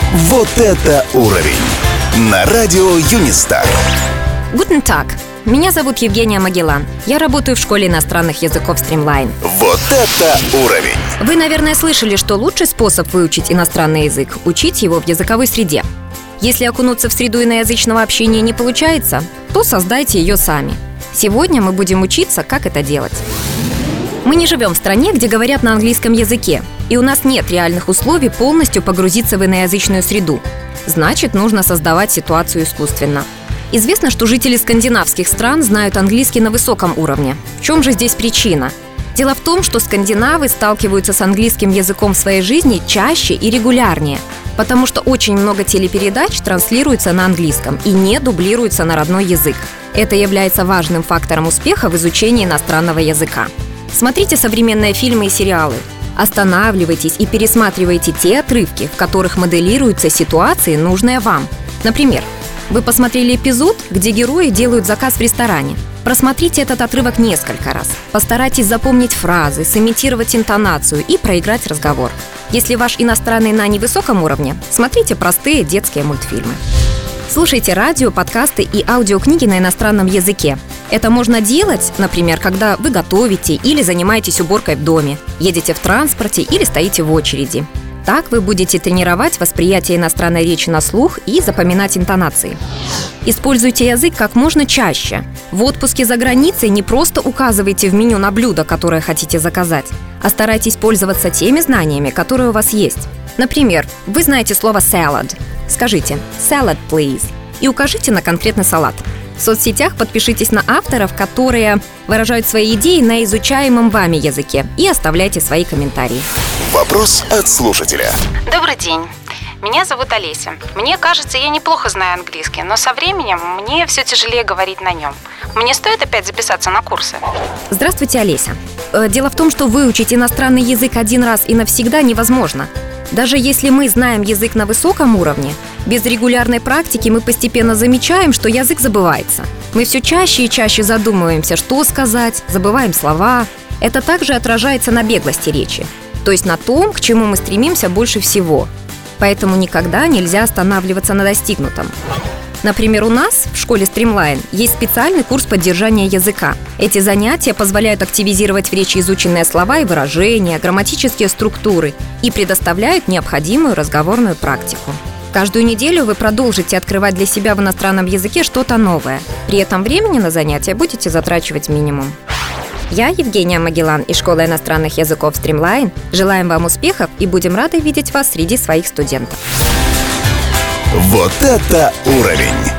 Вот это уровень! На радио Юнистар. Guten Tag. Меня зовут Евгения Магеллан. Я работаю в школе иностранных языков Streamline. Вот это уровень! Вы, наверное, слышали, что лучший способ выучить иностранный язык – учить его в языковой среде. Если окунуться в среду иноязычного общения не получается, то создайте ее сами. Сегодня мы будем учиться, как это делать. Мы не живем в стране, где говорят на английском языке, и у нас нет реальных условий полностью погрузиться в иноязычную среду. Значит, нужно создавать ситуацию искусственно. Известно, что жители скандинавских стран знают английский на высоком уровне. В чем же здесь причина? Дело в том, что скандинавы сталкиваются с английским языком в своей жизни чаще и регулярнее, потому что очень много телепередач транслируется на английском и не дублируется на родной язык. Это является важным фактором успеха в изучении иностранного языка. Смотрите современные фильмы и сериалы. Останавливайтесь и пересматривайте те отрывки, в которых моделируются ситуации, нужные вам. Например, вы посмотрели эпизод, где герои делают заказ в ресторане. Просмотрите этот отрывок несколько раз. Постарайтесь запомнить фразы, сымитировать интонацию и проиграть разговор. Если ваш иностранный на невысоком уровне, смотрите простые детские мультфильмы. Слушайте радио, подкасты и аудиокниги на иностранном языке. Это можно делать, например, когда вы готовите или занимаетесь уборкой в доме, едете в транспорте или стоите в очереди. Так вы будете тренировать восприятие иностранной речи на слух и запоминать интонации. Используйте язык как можно чаще. В отпуске за границей не просто указывайте в меню на блюдо, которое хотите заказать, а старайтесь пользоваться теми знаниями, которые у вас есть. Например, вы знаете слово salad. Скажите «salad, please» и укажите на конкретный салат. В соцсетях подпишитесь на авторов, которые выражают свои идеи на изучаемом вами языке, и оставляйте свои комментарии. Вопрос от слушателя. Добрый день. Меня зовут Олеся. Мне кажется, я неплохо знаю английский, но со временем мне все тяжелее говорить на нем. Мне стоит опять записаться на курсы? Здравствуйте, Олеся. Дело в том, что выучить иностранный язык один раз и навсегда невозможно. Даже если мы знаем язык на высоком уровне, без регулярной практики мы постепенно замечаем, что язык забывается. Мы все чаще и чаще задумываемся, что сказать, забываем слова. Это также отражается на беглости речи, то есть на том, к чему мы стремимся больше всего. Поэтому никогда нельзя останавливаться на достигнутом. Например, у нас в школе Streamline есть специальный курс поддержания языка. Эти занятия позволяют активизировать в речи изученные слова и выражения, грамматические структуры и предоставляют необходимую разговорную практику. Каждую неделю вы продолжите открывать для себя в иностранном языке что-то новое. При этом времени на занятия будете затрачивать минимум. Я, Евгения Магеллан из школы иностранных языков Streamline. Желаем вам успехов и будем рады видеть вас среди своих студентов. Вот это уровень!